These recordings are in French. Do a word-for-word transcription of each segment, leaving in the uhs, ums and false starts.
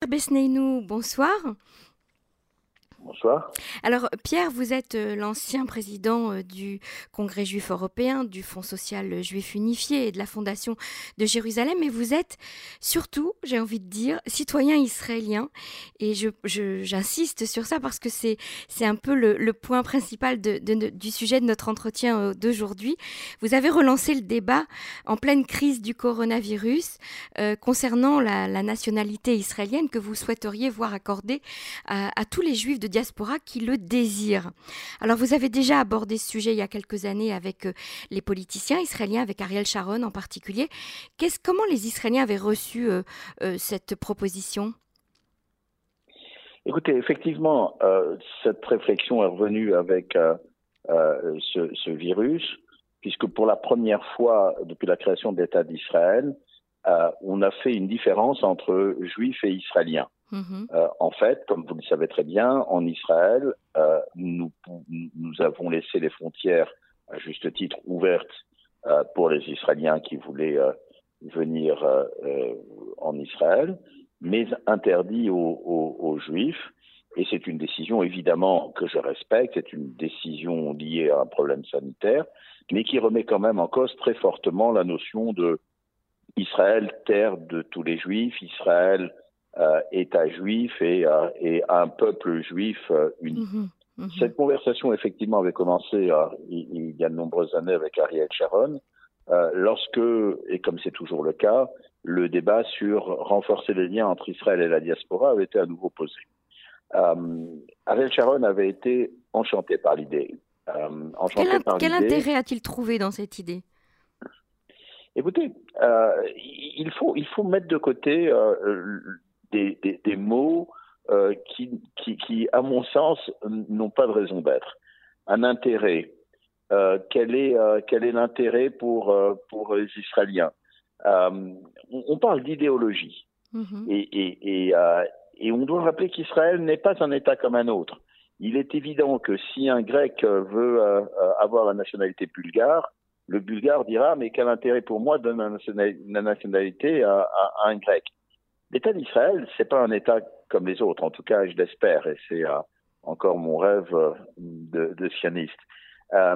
Besneinou, bonsoir. Bonsoir. Alors Pierre, vous êtes euh, l'ancien président euh, du Congrès juif européen, du Fonds social juif unifié et de la Fondation de Jérusalem, mais vous êtes surtout, j'ai envie de dire, citoyen israélien. Et je, je- j'insiste sur ça parce que c'est, c'est un peu le, le point principal de- de- de- du sujet de notre entretien euh, d'aujourd'hui. Vous avez relancé le débat en pleine crise du coronavirus euh, concernant la, la nationalité israélienne que vous souhaiteriez voir accordée à, à tous les juifs de diaspora qui le désirent. Alors vous avez déjà abordé ce sujet il y a quelques années avec euh, les politiciens israéliens, avec Ariel Sharon en particulier. Qu'est-ce, comment les Israéliens avaient reçu euh, euh, cette proposition? Écoutez, effectivement, euh, cette réflexion est revenue avec euh, euh, ce, ce virus, puisque pour la première fois depuis la création de l'État d'Israël, euh, on a fait une différence entre juifs et israéliens. Mhm. Euh, en fait, comme vous le savez très bien, en Israël, euh, nous, nous avons laissé les frontières, à juste titre, ouvertes euh, pour les Israéliens qui voulaient euh, venir euh, euh, en Israël, mais interdit aux, aux, aux Juifs. Et c'est une décision, évidemment, que je respecte. C'est une décision liée à un problème sanitaire, mais qui remet quand même en cause très fortement la notion de Israël, terre de tous les Juifs, Israël, euh, État juif et, euh, et un peuple juif euh, uni. Mhm. Mhm. Cette conversation, effectivement, avait commencé euh, il, il y a de nombreuses années avec Ariel Sharon, euh, lorsque, et comme c'est toujours le cas, le débat sur renforcer les liens entre Israël et la diaspora avait été à nouveau posé. Euh, Ariel Sharon avait été enchanté par l'idée. Euh, Quel, enchanté int- par quel l'idée. intérêt a-t-il trouvé dans cette idée? Écoutez, euh, il faut il faut mettre de côté euh, des, des, des mots euh, qui, qui, qui, à mon sens, n'ont pas de raison d'être. Un intérêt. Euh, quel est euh, quel est l'intérêt pour euh, pour les Israéliens? Euh, on, on parle d'idéologie Mhm. et et et, euh, et on doit rappeler qu'Israël n'est pas un État comme un autre. Il est évident que si un Grec veut euh, avoir la nationalité bulgare, le Bulgare dira mais quel intérêt pour moi de donner la nationalité à, à, à un Grec. L'État d'Israël, c'est pas un État comme les autres, en tout cas je l'espère, et c'est euh, encore mon rêve euh, de, de sioniste. Euh,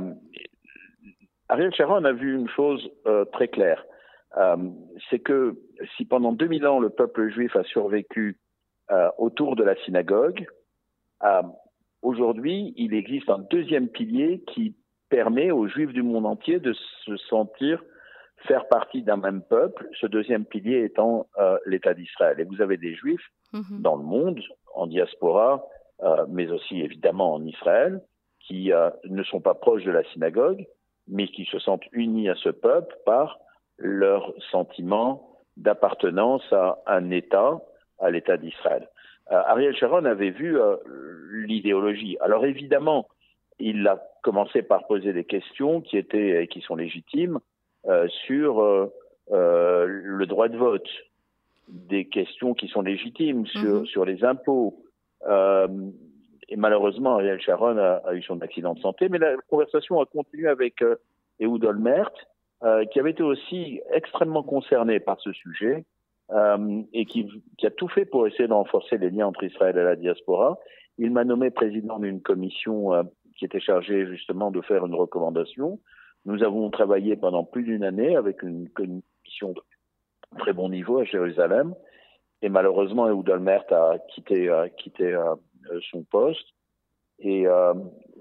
Ariel Sharon a vu une chose euh, très claire, euh, c'est que si pendant deux mille ans le peuple juif a survécu euh, autour de la synagogue, euh, aujourd'hui il existe un deuxième pilier qui permet aux juifs du monde entier de se sentir faire partie d'un même peuple, ce deuxième pilier étant euh, l'État d'Israël. Et vous avez des juifs Mhm. dans le monde, en diaspora, euh, mais aussi évidemment en Israël, qui euh, ne sont pas proches de la synagogue, mais qui se sentent unis à ce peuple par leur sentiment d'appartenance à un État, à l'État d'Israël. Euh, Ariel Sharon avait vu euh, l'idéologie. Alors évidemment, il a commencé par poser des questions qui étaient, qui sont légitimes, euh, sur euh, euh, le droit de vote, des questions qui sont légitimes sur, Mhm. sur les impôts. Euh, et malheureusement, Ariel Sharon a, a eu son accident de santé, mais la conversation a continué avec euh, Ehud Olmert, euh, qui avait été aussi extrêmement concerné par ce sujet euh, et qui, qui a tout fait pour essayer de renforcer les liens entre Israël et la diaspora. Il m'a nommé président d'une commission euh, qui était chargée justement de faire une recommandation. Nous avons travaillé pendant plus d'une année avec une commission de très bon niveau à Jérusalem. Et malheureusement, Ehud Olmert a quitté, a quitté euh, son poste. Et euh,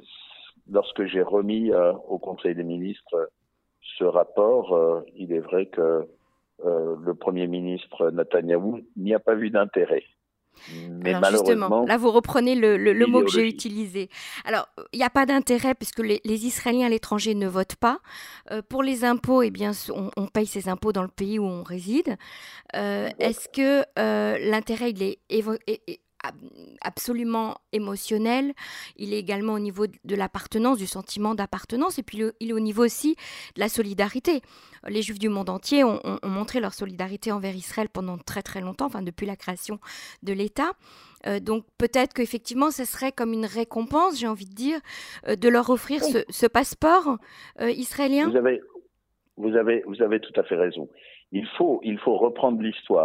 lorsque j'ai remis euh, au Conseil des ministres ce rapport, euh, il est vrai que euh, le Premier ministre Netanyahou n'y a pas vu d'intérêt. Mais Alors justement, malheureusement, là vous reprenez le, le- le mot que j'ai l'idéologie. utilisé. Alors, il n'y a pas d'intérêt puisque les, les Israéliens à l'étranger ne votent pas. Euh, pour les impôts, eh bien, on, on paye ses impôts dans le pays où on réside. Euh, Exact. est-ce que euh, l'intérêt, il est, évo- est- est ab- absolument émotionnel? Il est également au niveau de l'appartenance, du sentiment d'appartenance, et puis le- il est au niveau aussi de la solidarité. Les Juifs du monde entier ont, ont- ont montré leur solidarité envers Israël pendant très très longtemps, enfin depuis la création de l'État. Euh, donc peut-être qu'effectivement, ce serait comme une récompense, j'ai envie de dire, euh, de leur offrir ce, Oui, ce passeport euh, israélien. vous avez, vous avez, vous avez tout à fait raison. Il faut, il faut reprendre l'histoire.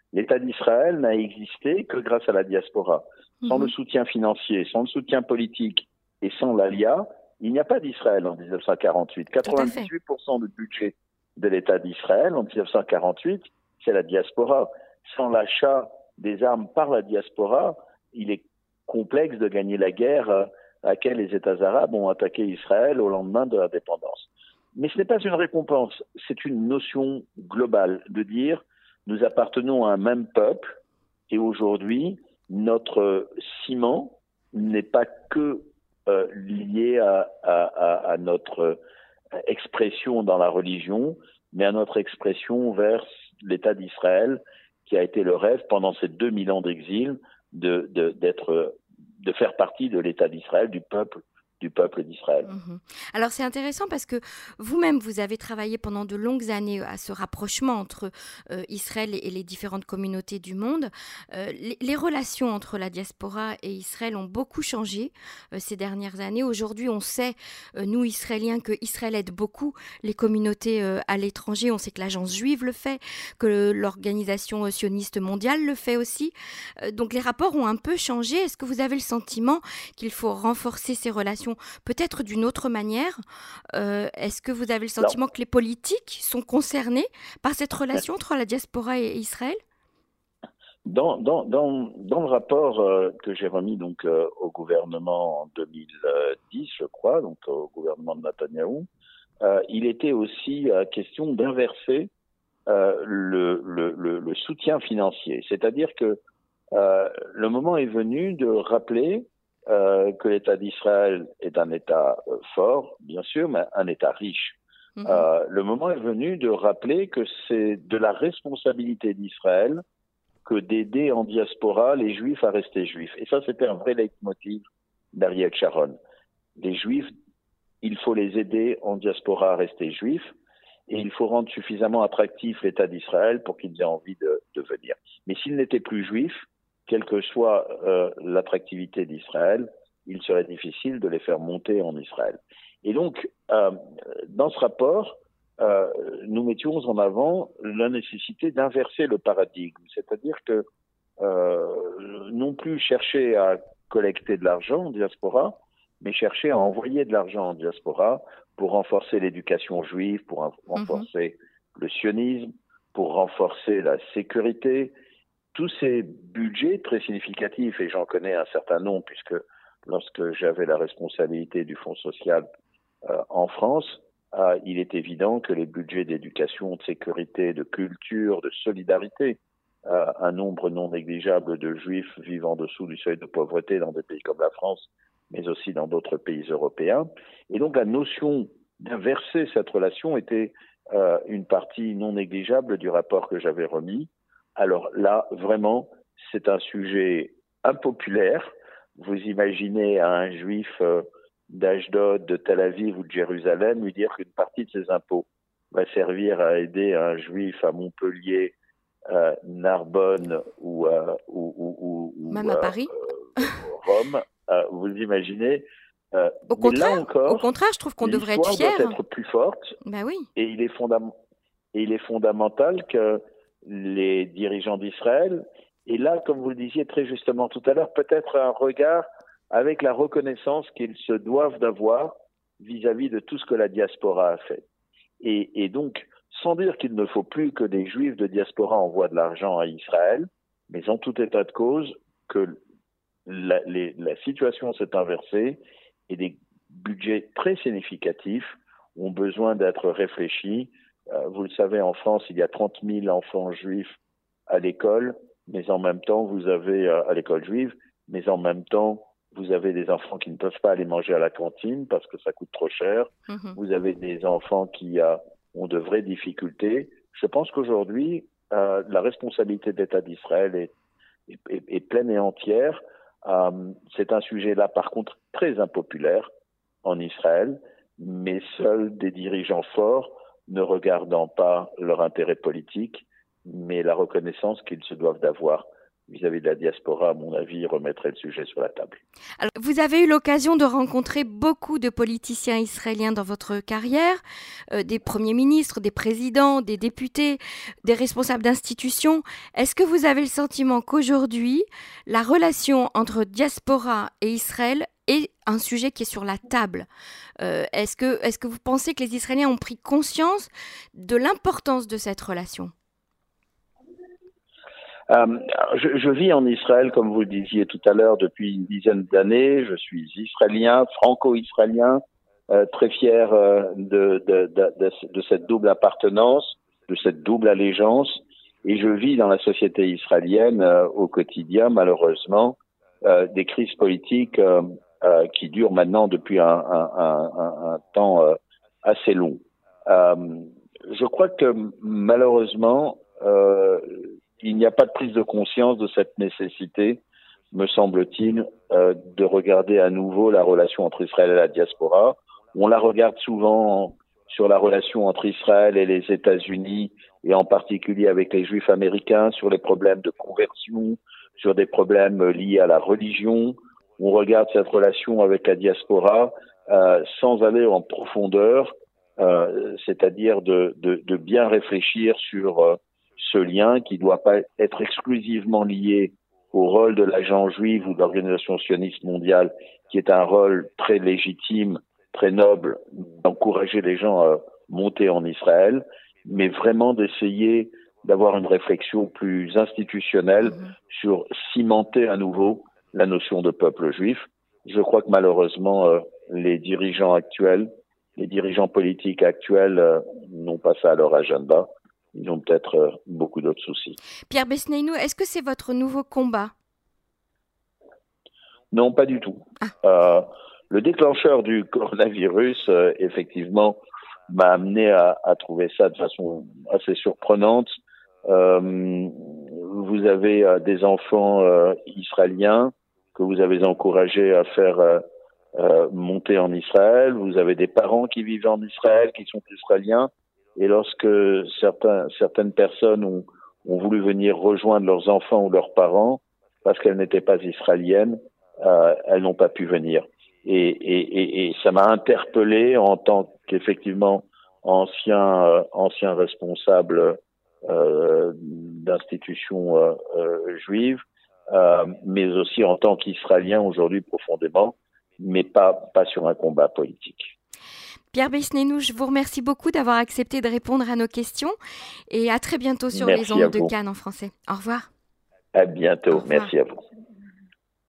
L'État d'Israël n'a existé que grâce à la diaspora. Sans Mhm. le soutien financier, sans le soutien politique et sans l'A L I A, il n'y a pas d'Israël en dix-neuf cent quarante-huit. Tout à fait. quatre-vingt-dix-huit pour cent du budget de l'État d'Israël en dix-neuf cent quarante-huit, c'est la diaspora. Sans l'achat des armes par la diaspora, il est complexe de gagner la guerre à laquelle les États arabes ont attaqué Israël au lendemain de l'indépendance. Mais ce n'est pas une récompense, c'est une notion globale de dire nous appartenons à un même peuple et aujourd'hui, notre ciment n'est pas que euh, lié à, à, à, à notre expression dans la religion, mais à notre expression vers l'État d'Israël, qui a été le rêve pendant ces deux mille ans d'exil de, de, d'être, de faire partie de l'État d'Israël, du peuple du peuple d'Israël. Mmh. Alors c'est intéressant parce que vous-même, vous avez travaillé pendant de longues années à ce rapprochement entre euh, Israël et les différentes communautés du monde. Euh, les, les relations entre la diaspora et Israël ont beaucoup changé euh, ces dernières années. Aujourd'hui, on sait, euh, nous Israéliens, que Israël aide beaucoup les communautés euh, à l'étranger. On sait que l'Agence juive le fait, que l'Organisation sioniste mondiale le fait aussi. Euh, donc les rapports ont un peu changé. Est-ce que vous avez le sentiment qu'il faut renforcer ces relations peut-être d'une autre manière? euh, Est-ce que vous avez le sentiment Alors, que les politiques sont concernés par cette relation entre la diaspora et Israël? dans, dans, dans, dans le rapport euh, que j'ai remis donc euh, au gouvernement en deux mille dix, je crois, donc au gouvernement de Netanyahou, euh, il était aussi euh, question d'inverser euh, le, le, le, le soutien financier. C'est-à-dire que euh, le moment est venu de rappeler euh, que l'État d'Israël est un État euh, fort, bien sûr, mais un État riche. Mmh. Euh, le moment est venu de rappeler que c'est de la responsabilité d'Israël que d'aider en diaspora les Juifs à rester Juifs. Et ça, c'était un vrai leitmotiv d'Ariel Sharon. Les Juifs, il faut les aider en diaspora à rester Juifs, et il faut rendre suffisamment attractif l'État d'Israël pour qu'ils aient envie de, de venir. Mais s'ils n'étaient plus Juifs, quelle que soit euh, l'attractivité d'Israël, il serait difficile de les faire monter en Israël. Et donc, euh, dans ce rapport, euh, nous mettions en avant la nécessité d'inverser le paradigme, c'est-à-dire que euh, non plus chercher à collecter de l'argent en diaspora, mais chercher à envoyer de l'argent en diaspora pour renforcer l'éducation juive, pour renforcer mmh. le sionisme, pour renforcer la sécurité. Tous ces budgets très significatifs, et j'en connais un certain nombre, puisque lorsque j'avais la responsabilité du Fonds social euh, en France, euh, il est évident que les budgets d'éducation, de sécurité, de culture, de solidarité, euh, un nombre non négligeable de juifs vivant en dessous du seuil de pauvreté dans des pays comme la France, mais aussi dans d'autres pays européens. Et donc la notion d'inverser cette relation était euh, une partie non négligeable du rapport que j'avais remis. Alors là, vraiment, c'est un sujet impopulaire. Vous imaginez un juif euh, d'Ashdod, de Tel Aviv ou de Jérusalem lui dire qu'une partie de ses impôts va servir à aider un juif à Montpellier, euh, Narbonne ou, euh, ou, ou, ou même à euh, Paris. euh, Rome. Euh, vous imaginez. Euh, au, mais contraire, là encore, au contraire, je trouve qu'on devrait être l'histoire fier. doit être plus forte. Ben oui. Et il est fondam- et il est fondamental que les dirigeants d'Israël, et là, comme vous le disiez très justement tout à l'heure, peut-être un regard avec la reconnaissance qu'ils se doivent d'avoir vis-à-vis de tout ce que la diaspora a fait. Et, et donc, sans dire qu'il ne faut plus que des juifs de diaspora envoient de l'argent à Israël, mais en tout état de cause, que la, les, la situation s'est inversée et des budgets très significatifs ont besoin d'être réfléchis. Euh, vous le savez, en France, il y a trente mille enfants juifs à l'école, mais en même temps, vous avez euh, à l'école juive, mais en même temps, vous avez des enfants qui ne peuvent pas aller manger à la cantine parce que ça coûte trop cher. Mmh. Vous avez des enfants qui euh, ont de vraies difficultés. Je pense qu'aujourd'hui, euh, la responsabilité de l'État d'Israël est, est, est, est pleine et entière. Euh, c'est un sujet là, par contre, très impopulaire en Israël, mais seuls des dirigeants forts, ne regardant pas leur intérêt politique, mais la reconnaissance qu'ils se doivent d'avoir vis-à-vis de la diaspora, à mon avis, remettrait le sujet sur la table. Alors, vous avez eu l'occasion de rencontrer beaucoup de politiciens israéliens dans votre carrière, euh, des premiers ministres, des présidents, des députés, des responsables d'institutions. Est-ce que vous avez le sentiment qu'aujourd'hui, la relation entre diaspora et Israël est un sujet qui est sur la table? euh, Est-ce que, est-ce que vous pensez que les Israéliens ont pris conscience de l'importance de cette relation? Euh, je, je vis en Israël, comme vous le disiez tout à l'heure, depuis une dizaine d'années. Je suis israélien, franco-israélien, euh, très fier euh, de, de, de, de, de cette double appartenance, de cette double allégeance. Et je vis dans la société israélienne euh, au quotidien, malheureusement, euh, des crises politiques euh, euh, qui durent maintenant depuis un, un, un, un temps euh, assez long. Euh, je crois que malheureusement, euh, il n'y a pas de prise de conscience de cette nécessité, me semble-t-il, euh, de regarder à nouveau la relation entre Israël et la diaspora. On la regarde souvent sur la relation entre Israël et les États-Unis, et en particulier avec les Juifs américains, sur les problèmes de conversion, sur des problèmes liés à la religion. On regarde cette relation avec la diaspora euh, sans aller en profondeur, euh, c'est-à-dire de, de, de bien réfléchir sur euh, ce lien qui ne doit pas être exclusivement lié au rôle de l'agent juif ou de l'organisation sioniste mondiale, qui est un rôle très légitime, très noble, d'encourager les gens à monter en Israël, mais vraiment d'essayer d'avoir une réflexion plus institutionnelle mmh. sur cimenter à nouveau la notion de peuple juif. Je crois que malheureusement, euh, les dirigeants actuels, les dirigeants politiques actuels euh, n'ont pas ça à leur agenda. Ils ont peut-être euh, beaucoup d'autres soucis. Pierre Besnéinou, est-ce que c'est votre nouveau combat? Non, pas du tout. Ah. Euh, le déclencheur du coronavirus, euh, effectivement, m'a amené à, à trouver ça de façon assez surprenante. Euh, vous avez euh, des enfants euh, israéliens que vous avez encouragés à faire euh, euh, monter en Israël. Vous avez des parents qui vivent en Israël, qui sont israéliens. Et lorsque certains, certaines personnes ont, ont voulu venir rejoindre leurs enfants ou leurs parents, parce qu'elles n'étaient pas israéliennes, euh, elles n'ont pas pu venir. Et, et, et, et ça m'a interpellé en tant qu'effectivement ancien, euh, ancien responsable euh, d'institutions euh, euh, juives, euh, mais aussi en tant qu'Israélien aujourd'hui profondément, mais pas, pas sur un combat politique. Pierre Besnéinou, je vous remercie beaucoup d'avoir accepté de répondre à nos questions et à très bientôt sur Merci les ondes de Cannes en français. Au revoir. À bientôt. Merci à vous.